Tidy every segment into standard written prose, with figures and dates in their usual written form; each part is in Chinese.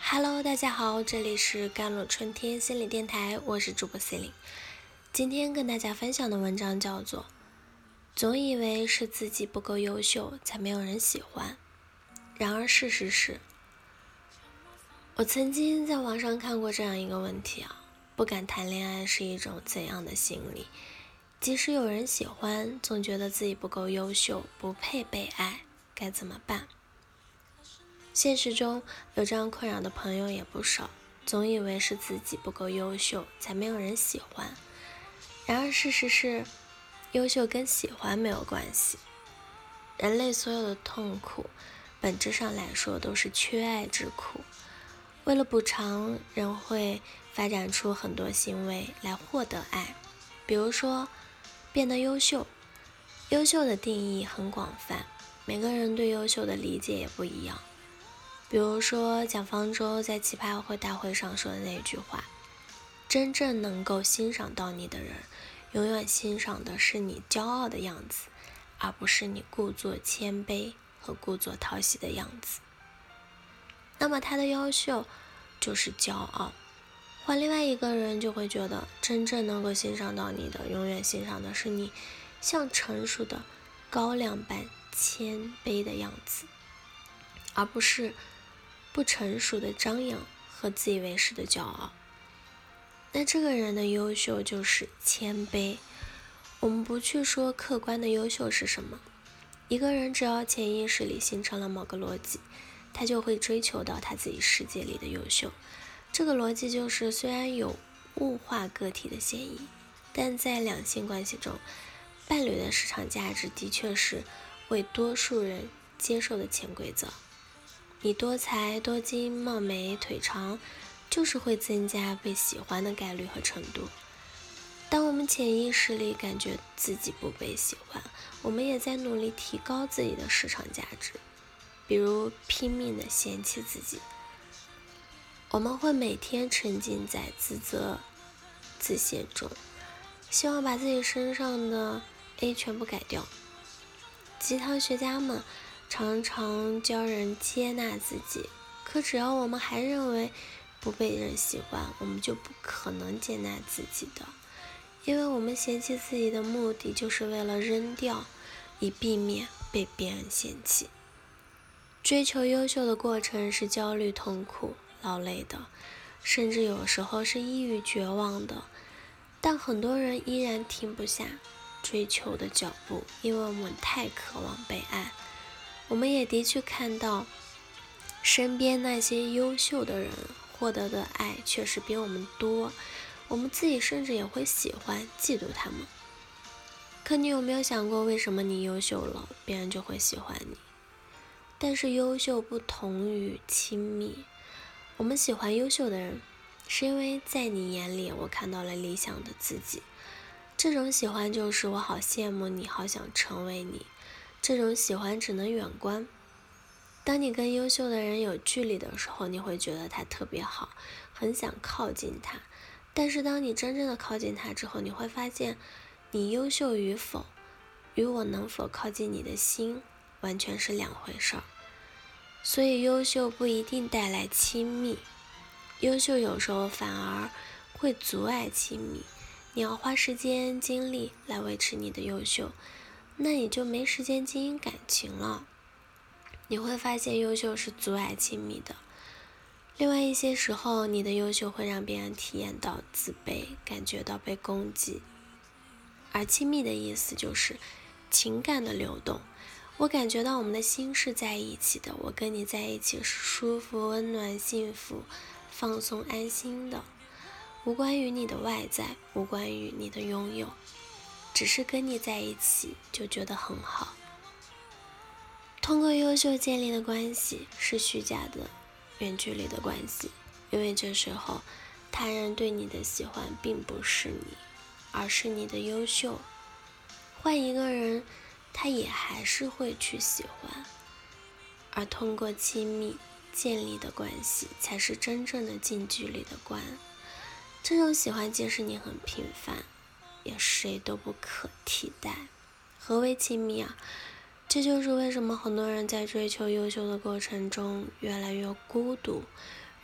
Hello，大家好，这里是甘露春天心理电台，我是主播 Celine。今天跟大家分享的文章叫做总以为是自己不够优秀才没有人喜欢，然而事实是，我曾经在网上看过这样一个问题不敢谈恋爱是一种怎样的心理？即使有人喜欢，总觉得自己不够优秀，不配被爱，该怎么办？现实中有这样困扰的朋友也不少，总以为是自己不够优秀才没有人喜欢，然而事实是，优秀跟喜欢没有关系。人类所有的痛苦本质上来说都是缺爱之苦，为了补偿，人会发展出很多行为来获得爱。比如说变得优秀，优秀的定义很广泛，每个人对优秀的理解也不一样。比如说蒋方舟在奇葩会大会上说的那句话，真正能够欣赏到你的人，永远欣赏的是你骄傲的样子，而不是你故作谦卑和故作讨喜的样子。那么他的优秀就是骄傲，换另外一个人就会觉得，真正能够欣赏到你的，永远欣赏的是你像成熟的高粱般谦卑的样子，而不是不成熟的张扬和自以为是的骄傲。那这个人的优秀就是谦卑。我们不去说客观的优秀是什么，一个人只要潜意识里形成了某个逻辑，他就会追求到他自己世界里的优秀。这个逻辑就是，虽然有物化个体的嫌疑，但在两性关系中，伴侣的市场价值的确是为多数人接受的潜规则。你多才多金貌美腿长，就是会增加被喜欢的概率和程度。当我们潜意识里感觉自己不被喜欢，我们也在努力提高自己的市场价值，比如拼命的嫌弃自己。我们会每天沉浸在自责自限中，希望把自己身上的 A 全部改掉。鸡汤学家们常常教人接纳自己，可只要我们还认为不被人喜欢，我们就不可能接纳自己的，因为我们嫌弃自己的目的就是为了扔掉，以避免被别人嫌弃。追求优秀的过程是焦虑、痛苦、劳累的，甚至有时候是抑郁、绝望的，但很多人依然停不下追求的脚步，因为我们太渴望被爱。我们也的确看到身边那些优秀的人获得的爱确实比我们多，我们自己甚至也会喜欢嫉妒他们。可你有没有想过，为什么你优秀了，别人就会喜欢你？但是优秀不同于亲密，我们喜欢优秀的人，是因为在你眼里我看到了理想的自己。这种喜欢就是我好羡慕你，好想成为你。这种喜欢只能远观。当你跟优秀的人有距离的时候，你会觉得他特别好，很想靠近他。但是当你真正的靠近他之后，你会发现，你优秀与否，与我能否靠近你的心，完全是两回事儿。所以优秀不一定带来亲密，优秀有时候反而会阻碍亲密。你要花时间精力来维持你的优秀，那你就没时间经营感情了。你会发现优秀是阻碍亲密的。另外一些时候，你的优秀会让别人体验到自卑，感觉到被攻击。而亲密的意思就是情感的流动，我感觉到我们的心是在一起的，我跟你在一起是舒服、温暖、幸福、放松、安心的，无关于你的外在，无关于你的拥有，只是跟你在一起就觉得很好。通过优秀建立的关系是虚假的远距离的关系，因为这时候他人对你的喜欢并不是你，而是你的优秀。换一个人，他也还是会去喜欢。而通过亲密建立的关系，才是真正的近距离的关。这种喜欢即使你很平凡，也谁都不可替代。何为亲密啊？这就是为什么很多人在追求优秀的过程中越来越孤独，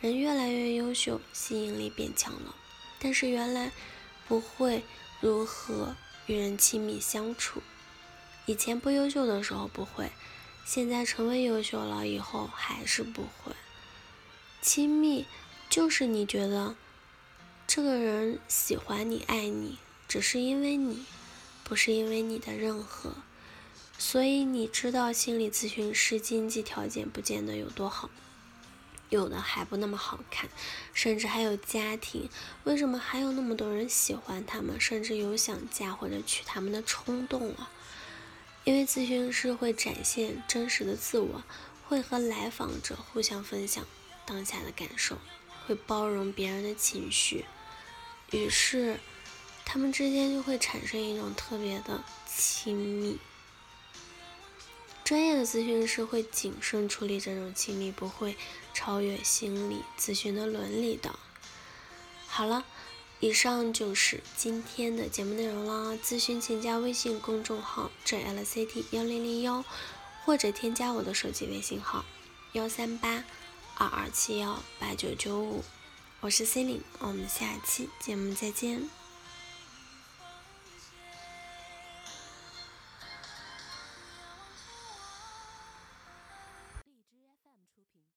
人越来越优秀，吸引力变强了，但是原来不会如何与人亲密相处。以前不优秀的时候不会，现在成为优秀了以后还是不会。亲密就是你觉得这个人喜欢你、爱你，只是因为你，不是因为你的任何。所以你知道心理咨询师经济条件不见得有多好，有的还不那么好看，甚至还有家庭，为什么还有那么多人喜欢他们，甚至有想嫁或者娶他们的冲动啊？因为咨询师会展现真实的自我，会和来访者互相分享当下的感受，会包容别人的情绪，于是他们之间就会产生一种特别的亲密。专业的咨询师会谨慎处理这种亲密，不会超越心理咨询的伦理的。好了，以上就是今天的节目内容啦。咨询请加微信公众号 JLCT1001，或者添加我的手机微信号13822718995。我是 Celine，我们下期节目再见。